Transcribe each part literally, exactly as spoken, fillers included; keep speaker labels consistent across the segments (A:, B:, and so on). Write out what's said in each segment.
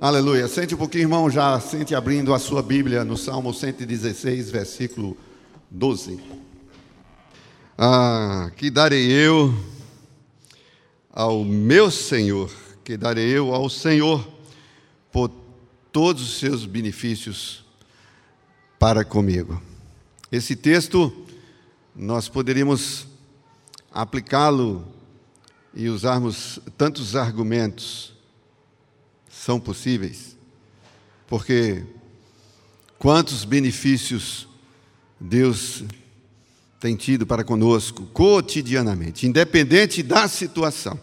A: Aleluia. Sente um pouquinho, irmão, já sente abrindo a sua Bíblia no Salmo cento e dezesseis, versículo doze. Ah, que darei eu ao meu Senhor, que darei eu ao Senhor por todos os seus benefícios para comigo. Esse texto, nós poderíamos aplicá-lo e usarmos tantos argumentos. São possíveis, porque quantos benefícios Deus tem tido para conosco cotidianamente, independente da situação.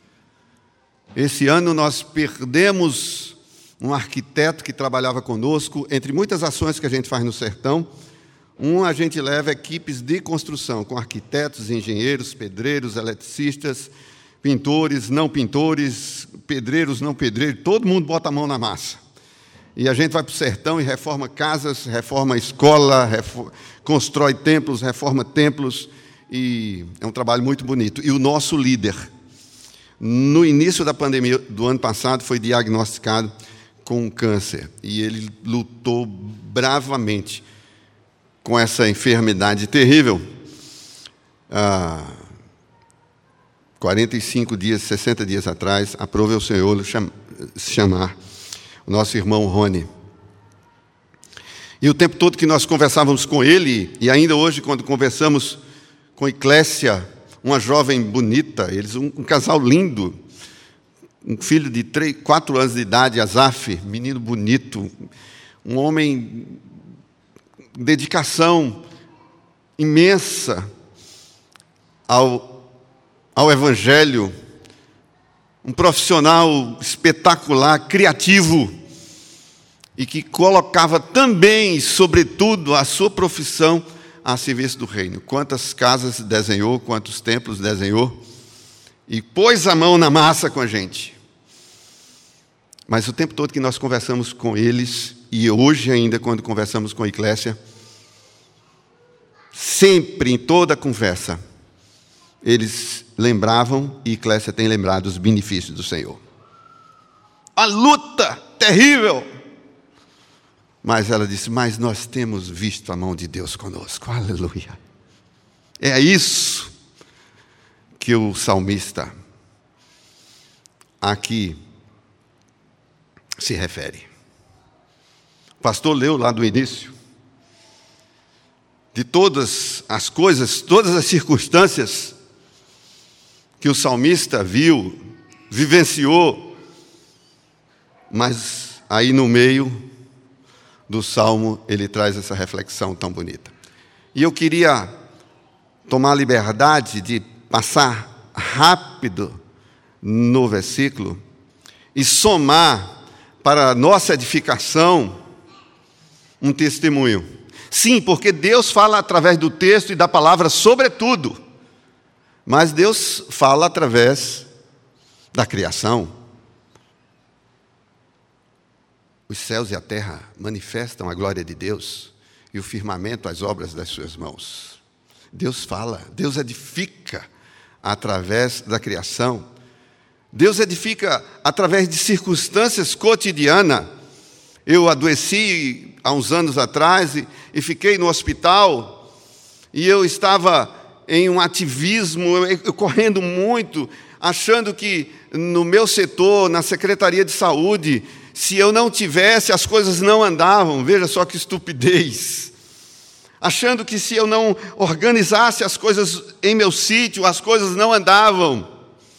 A: Esse ano nós perdemos um arquiteto que trabalhava conosco, entre muitas ações que a gente faz no sertão. Um, a gente leva equipes de construção, com arquitetos, engenheiros, pedreiros, eletricistas, pintores, não pintores, pedreiros, não pedreiros, todo mundo bota a mão na massa. E a gente vai para o sertão e reforma casas, reforma escola, reforma, constrói templos, reforma templos, e é um trabalho muito bonito. E o nosso líder, no início da pandemia do ano passado, foi diagnosticado com câncer, e ele lutou bravamente com essa enfermidade terrível. Ah, quarenta e cinco dias, sessenta dias atrás, aprove o Senhor chamar o nosso irmão Rony. E o tempo todo que nós conversávamos com ele, e ainda hoje quando conversamos com Eclésia, uma jovem bonita, eles um, um casal lindo, um filho de três, quatro anos de idade, Azaf, menino bonito, um homem, dedicação imensa ao ao Evangelho, um profissional espetacular, criativo, e que colocava também, sobretudo, a sua profissão a serviço do reino. Quantas casas desenhou, quantos templos desenhou, e pôs a mão na massa com a gente. Mas o tempo todo que nós conversamos com eles, e hoje ainda quando conversamos com a Eclésia, sempre, em toda a conversa, eles lembravam, e Eclésia tem lembrado, os benefícios do Senhor. A luta terrível. Mas ela disse, mas nós temos visto a mão de Deus conosco. Aleluia. É a isso que o salmista aqui se refere. O pastor leu lá do início. De todas as coisas, todas as circunstâncias que o salmista viu, vivenciou, mas aí no meio do salmo ele traz essa reflexão tão bonita. E eu queria tomar a liberdade de passar rápido no versículo e somar para a nossa edificação um testemunho. Sim, porque Deus fala através do texto e da palavra sobretudo. Mas Deus fala através da criação. Os céus e a terra manifestam a glória de Deus, e o firmamento as obras das suas mãos. Deus fala, Deus edifica através da criação. Deus edifica através de circunstâncias cotidianas. Eu adoeci há uns anos atrás e, e fiquei no hospital, e eu estava em um ativismo, eu correndo muito, achando que no meu setor, na Secretaria de Saúde, se eu não tivesse, as coisas não andavam. Veja só que estupidez. Achando que se eu não organizasse as coisas em meu sítio, as coisas não andavam.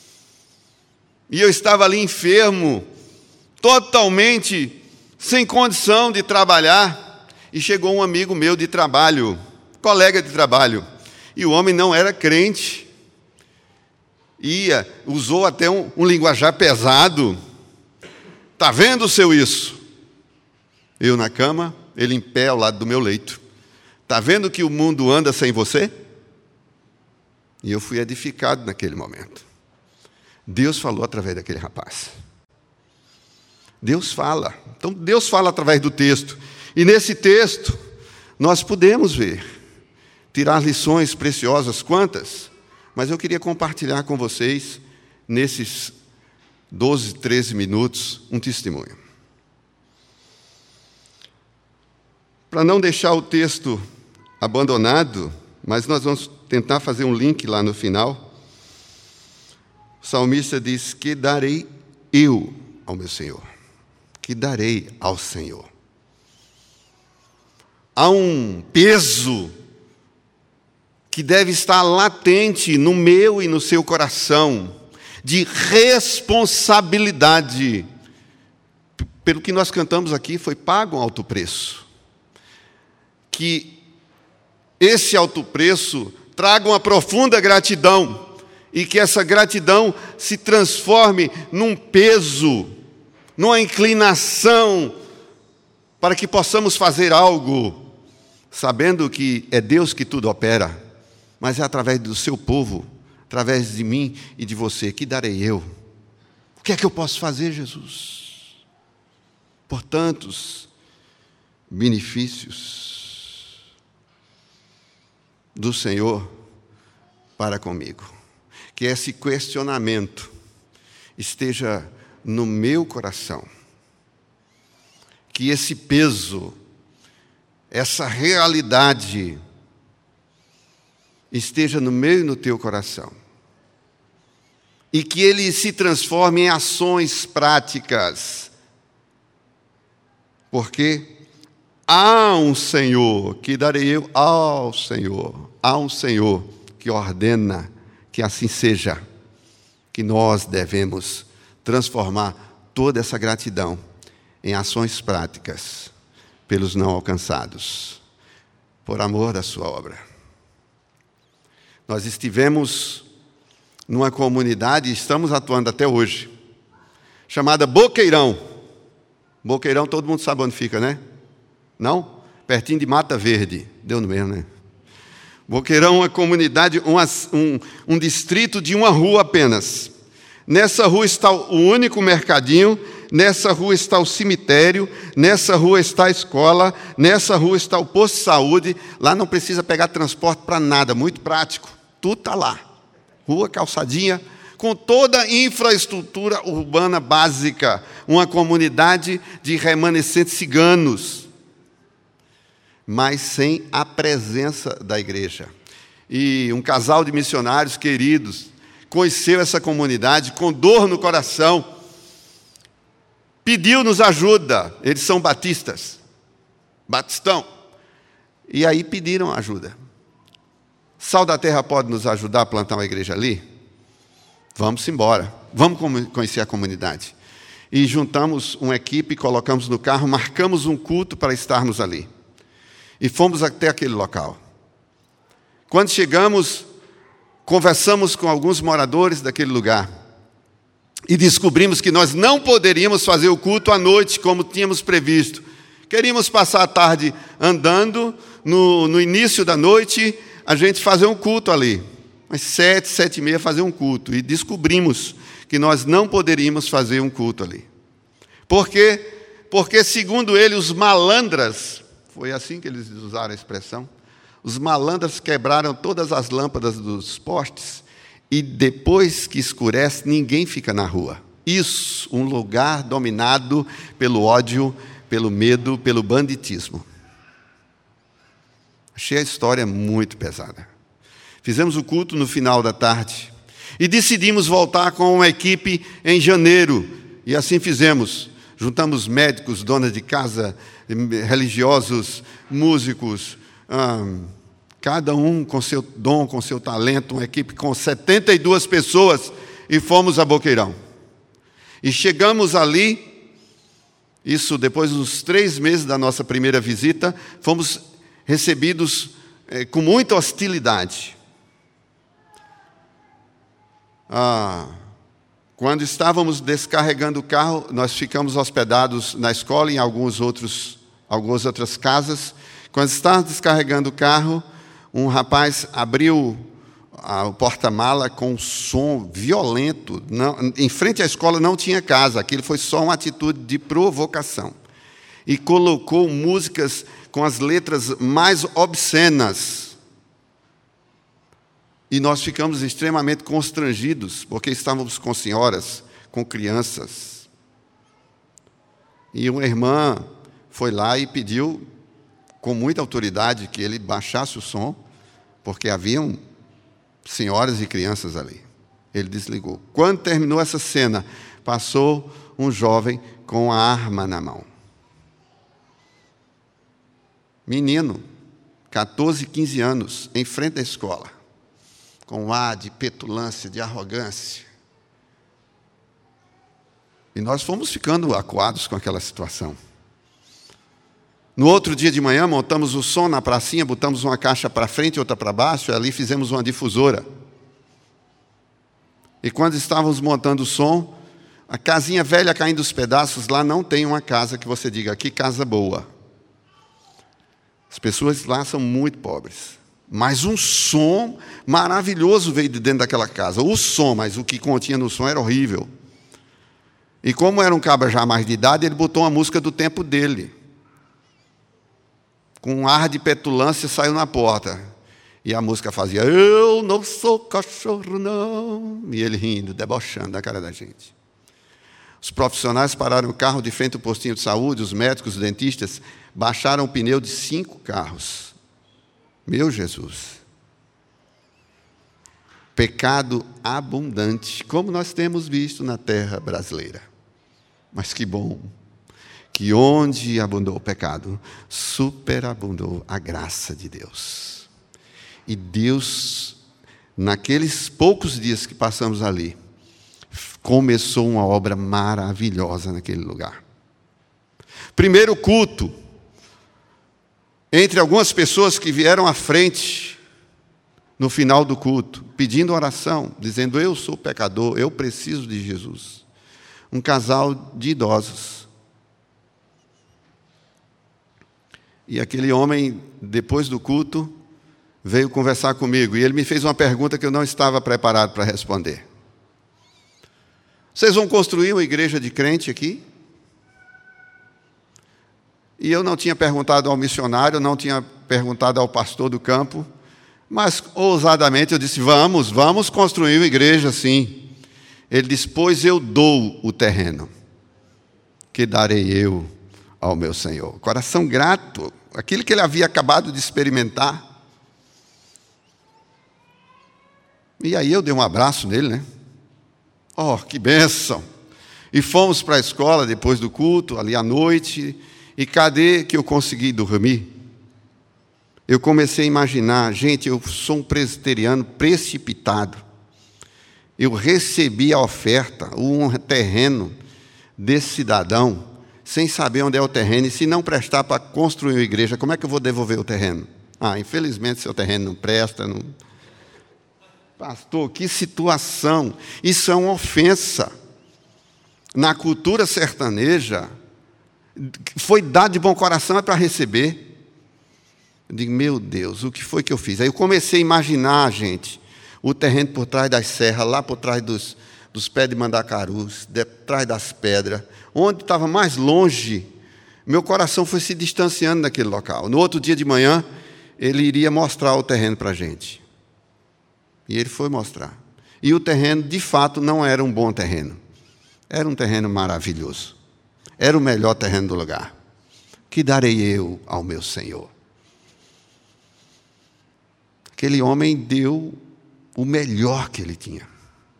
A: E eu estava ali enfermo, totalmente sem condição de trabalhar. E chegou um amigo meu de trabalho, colega de trabalho. E o homem não era crente, ia, usou até um, um linguajar pesado. Está vendo, seu isso? Eu na cama, ele em pé ao lado do meu leito. Está vendo que o mundo anda sem você? E eu fui edificado naquele momento. Deus falou através daquele rapaz. Deus fala. Então Deus fala através do texto. E nesse texto, nós podemos ver, tirar lições preciosas, quantas? Mas eu queria compartilhar com vocês, nesses doze, treze minutos, um testemunho. para não deixar o texto abandonado, mas nós vamos tentar fazer um link lá no final. O salmista diz: que darei eu ao meu Senhor? Que darei ao Senhor? Há um peso que deve estar latente no meu e no seu coração, de responsabilidade. Pelo que nós cantamos aqui, foi pago um alto preço. Que esse alto preço traga uma profunda gratidão, e que essa gratidão se transforme num peso, numa inclinação, para que possamos fazer algo, sabendo que é Deus que tudo opera, mas é através do seu povo, através de mim e de você. Que darei eu? O que é que eu posso fazer, Jesus? Por tantos benefícios do Senhor para comigo. Que esse questionamento esteja no meu coração. Que esse peso, essa realidade esteja no meu e no teu coração. E que ele se transforme em ações práticas. Porque há um Senhor, que darei eu ao Senhor. Há um Senhor que ordena que assim seja. Que nós devemos transformar toda essa gratidão em ações práticas pelos não alcançados, por amor da sua obra. Nós estivemos numa comunidade, e estamos atuando até hoje, chamada Boqueirão. Boqueirão, todo mundo sabe onde fica, né? Não? Pertinho de Mata Verde. Deu no mesmo, né? Boqueirão é uma comunidade, uma, um, um distrito de uma rua apenas. Nessa rua está o único mercadinho, nessa rua está o cemitério, nessa rua está a escola, nessa rua está o posto de saúde. Lá não precisa pegar transporte para nada, muito prático. Tudo está lá. Rua, calçadinha, com toda a infraestrutura urbana básica. Uma comunidade de remanescentes ciganos, mas sem a presença da igreja. E um casal de missionários queridos conheceu essa comunidade com dor no coração, pediu-nos ajuda. Eles são batistas, batistão, e aí pediram ajuda. Sal da Terra pode nos ajudar a plantar uma igreja ali? Vamos embora, vamos conhecer a comunidade. E juntamos uma equipe, colocamos no carro, marcamos um culto para estarmos ali. E fomos até aquele local. Quando chegamos, conversamos com alguns moradores daquele lugar. E descobrimos que nós não poderíamos fazer o culto à noite, como tínhamos previsto. Queríamos passar a tarde andando, no, no início da noite, a gente fazer um culto ali. Às sete, sete e meia, fazer um culto. E descobrimos que nós não poderíamos fazer um culto ali. Por quê? Porque, segundo ele, os malandras, foi assim que eles usaram a expressão, os malandras quebraram todas as lâmpadas dos postes e depois que escurece, ninguém fica na rua. Isso, um lugar dominado pelo ódio, pelo medo, pelo banditismo. Achei a história muito pesada. Fizemos o culto no final da tarde e decidimos voltar com uma equipe em janeiro. E assim fizemos. Juntamos médicos, donas de casa, religiosos, músicos, hum, cada um com seu dom, com seu talento, uma equipe com setenta e duas pessoas, e fomos a Boqueirão. E chegamos ali, isso depois dos três meses da nossa primeira visita, fomos recebidos eh, com muita hostilidade. Ah, quando estávamos descarregando o carro, nós ficamos hospedados na escola e em alguns outros, algumas outras casas. Quando estávamos descarregando o carro, um rapaz abriu a, o porta-mala com um som violento. Não, em frente à escola não tinha casa, aquilo foi só uma atitude de provocação. E colocou músicas com as letras mais obscenas. E nós ficamos extremamente constrangidos, porque estávamos com senhoras, com crianças. E uma irmã foi lá e pediu com muita autoridade, que ele baixasse o som, porque haviam senhoras e crianças ali. Ele desligou. Quando terminou essa cena, passou um jovem com a arma na mão. Menino, catorze, quinze anos, em frente da escola, com um ar de petulância, de arrogância. E nós fomos ficando acuados com aquela situação. No outro dia de manhã, montamos o som na pracinha, botamos uma caixa para frente e outra para baixo, e ali fizemos uma difusora. E quando estávamos montando o som, a casinha velha caindo dos pedaços, lá não tem uma casa que você diga, que casa boa. As pessoas lá são muito pobres. Mas um som maravilhoso veio de dentro daquela casa. O som, mas o que continha no som era horrível. E como era um cabra já mais de idade, ele botou uma música do tempo dele. Com um ar de petulância, saiu na porta. E a música fazia, eu não sou cachorro, não. E ele rindo, debochando da cara da gente. Os profissionais pararam o carro de frente ao postinho de saúde, os médicos, os dentistas, baixaram o pneu de cinco carros. Meu Jesus. Pecado abundante, como nós temos visto na terra brasileira. Mas que bom, que onde abundou o pecado, superabundou a graça de Deus. E Deus, naqueles poucos dias que passamos ali, começou uma obra maravilhosa naquele lugar. Primeiro culto, entre algumas pessoas que vieram à frente, no final do culto, pedindo oração, dizendo, eu sou pecador, eu preciso de Jesus. Um casal de idosos. E aquele homem, depois do culto, veio conversar comigo, e ele me fez uma pergunta que eu não estava preparado para responder. Vocês vão construir uma igreja de crente aqui? E eu não tinha perguntado ao missionário, não tinha perguntado ao pastor do campo, mas ousadamente eu disse, vamos, vamos construir uma igreja sim. Ele disse, pois eu dou o terreno, que darei eu ao meu Senhor. Coração grato, aquilo que ele havia acabado de experimentar. E aí eu dei um abraço nele, né? Oh, que bênção! E fomos para a escola depois do culto, ali à noite, e cadê que eu consegui dormir? Eu comecei a imaginar, gente, eu sou um presbiteriano precipitado. Eu recebi a oferta, um terreno desse cidadão, sem saber onde é o terreno, e se não prestar para construir uma igreja, como é que eu vou devolver o terreno? Ah, infelizmente seu terreno não presta, não... Pastor, que situação! Isso é uma ofensa. Na cultura sertaneja, foi dado de bom coração é para receber. Eu digo, meu Deus, o que foi que eu fiz? Aí eu comecei a imaginar, gente, o terreno por trás das serras, lá por trás dos, dos pés de mandacarus, de trás das pedras, onde estava mais longe, meu coração foi se distanciando daquele local. No outro dia de manhã, ele iria mostrar o terreno para a gente. E ele foi mostrar. E o terreno, de fato, não era um bom terreno. Era um terreno maravilhoso. Era o melhor terreno do lugar. Que darei eu ao meu Senhor? Aquele homem deu o melhor que ele tinha.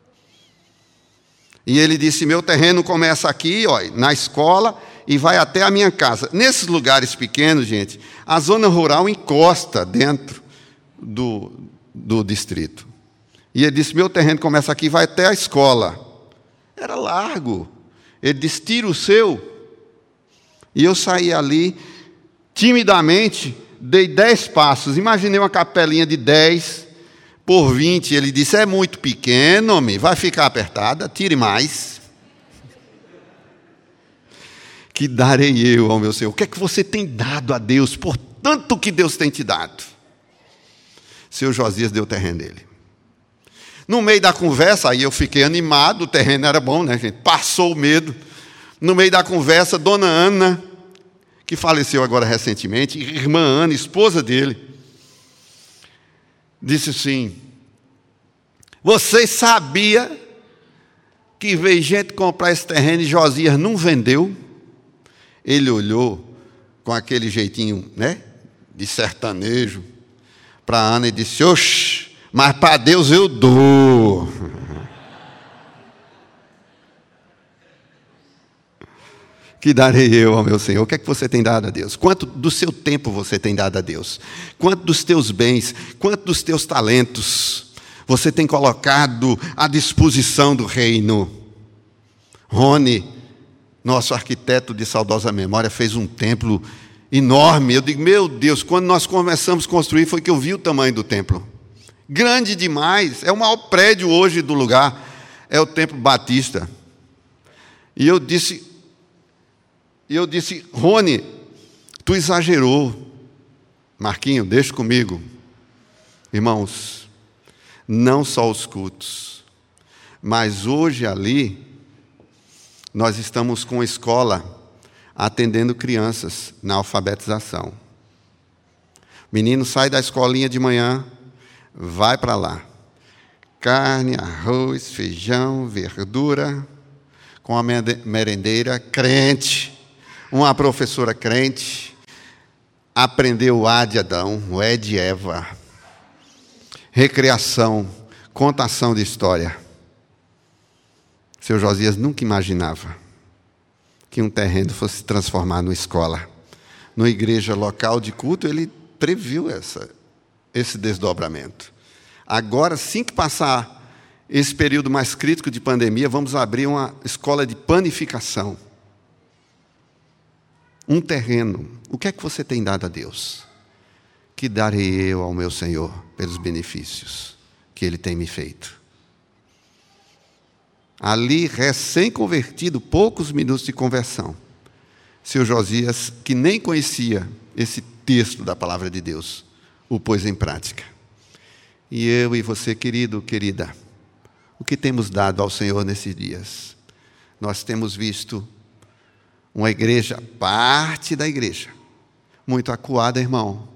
A: E ele disse, meu terreno começa aqui, ó, na escola, e vai até a minha casa. Nesses lugares pequenos, gente, a zona rural encosta dentro do, do distrito. E ele disse, meu terreno começa aqui e vai até a escola. Era largo. Ele disse, tira o seu. E eu saí ali, timidamente, dei dez passos. Imaginei uma capelinha de dez por vinte. Ele disse, é muito pequeno, homem, vai ficar apertada, tire mais. Que darei eu ao meu Senhor? O que é que você tem dado a Deus por tanto que Deus tem te dado? Seu Josias deu o terreno dele. No meio da conversa, aí eu fiquei animado, o terreno era bom, né, gente? Passou o medo. No meio da conversa, dona Ana, que faleceu agora recentemente, irmã Ana, esposa dele, disse assim, vocês sabiam que veio gente comprar esse terreno e Josias não vendeu? Ele olhou com aquele jeitinho, né, de sertanejo para Ana e disse: oxe, mas para Deus eu dou. Que darei eu ao meu Senhor? O que é que você tem dado a Deus? Quanto do seu tempo você tem dado a Deus? Quanto dos teus bens, quanto dos teus talentos você tem colocado à disposição do reino? Rony, nosso arquiteto de saudosa memória, fez um templo enorme. Eu digo, meu Deus, quando nós começamos a construir foi que eu vi o tamanho do templo. Grande demais, é o maior prédio hoje do lugar, é o Templo Batista. E eu disse, eu disse, Rony, tu exagerou. Marquinho, deixa comigo. Irmãos, não só os cultos, mas hoje ali, nós estamos com a escola atendendo crianças na alfabetização. O menino sai da escolinha de manhã, vai para lá. Carne, arroz, feijão, verdura, com a merendeira crente, uma professora crente, aprendeu o A de Adão, o E de Eva, recreação, contação de história. Seu Josias nunca imaginava que um terreno fosse se transformar numa escola. Numa igreja local de culto, ele previu essa, esse desdobramento. Agora, assim que passar esse período mais crítico de pandemia, vamos abrir uma escola de panificação. Um terreno. O que é que você tem dado a Deus? Que darei eu ao meu Senhor pelos benefícios que Ele tem me feito? Ali, recém-convertido, poucos minutos de conversão, seu Josias, que nem conhecia esse texto da palavra de Deus, o pôs em prática. E eu e você, querido, querida, o que temos dado ao Senhor nesses dias? Nós temos visto uma igreja, parte da igreja, muito acuada, irmão.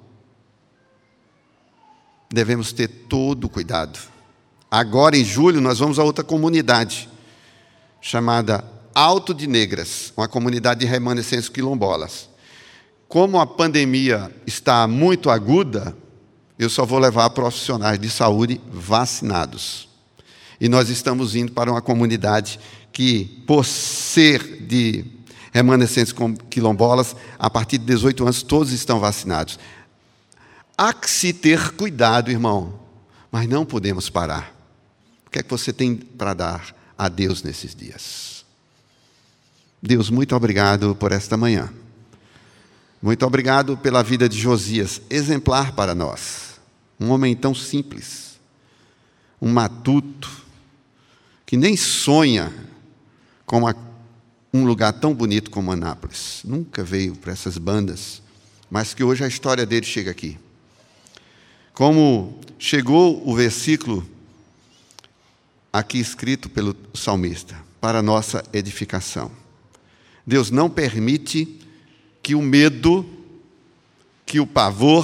A: Devemos ter todo o cuidado. Agora, em julho, nós vamos a outra comunidade, chamada Alto de Negras, uma comunidade de remanescentes quilombolas. Como a pandemia está muito aguda, eu só vou levar profissionais de saúde vacinados. E nós estamos indo para uma comunidade que, por ser de remanescentes quilombolas, a partir de dezoito anos, todos estão vacinados. Há que se ter cuidado, irmão, mas não podemos parar. O que é que você tem para dar a Deus nesses dias? Deus, muito obrigado por esta manhã. Muito obrigado pela vida de Josias, exemplar para nós. Um homem tão simples, um matuto, que nem sonha com uma, um lugar tão bonito como Anápolis. Nunca veio para essas bandas, mas que hoje a história dele chega aqui. Como chegou o versículo aqui escrito pelo salmista, para a nossa edificação. Deus não permite que o medo, que o pavor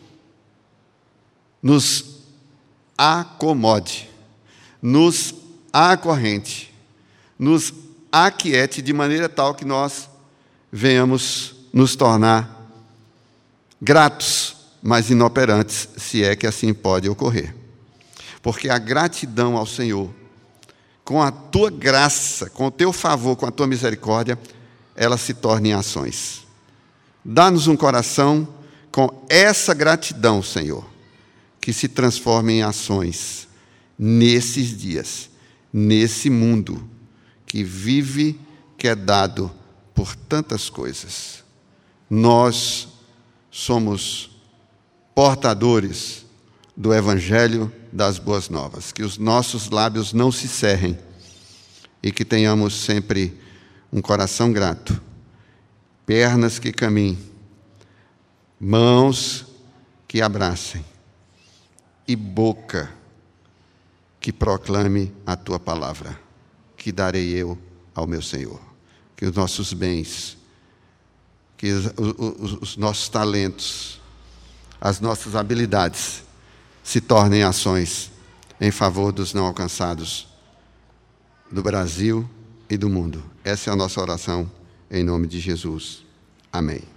A: nos acomode, nos acorrente, nos aquiete de maneira tal que nós venhamos nos tornar gratos, mas inoperantes, se é que assim pode ocorrer. Porque a gratidão ao Senhor, com a tua graça, com o teu favor, com a tua misericórdia, ela se torna em ações. Dá-nos um coração com essa gratidão, Senhor, que se transforme em ações nesses dias, nesse mundo que vive, que é dado por tantas coisas. Nós somos portadores do Evangelho das Boas Novas. Que os nossos lábios não se cerrem e que tenhamos sempre um coração grato, pernas que caminhem, mãos que abracem e boca que proclame a Tua palavra, que darei eu ao meu Senhor. Que os nossos bens, que os, os, os nossos talentos, as nossas habilidades se tornem ações em favor dos não alcançados do Brasil e do mundo. Essa é a nossa oração em nome de Jesus. Amém.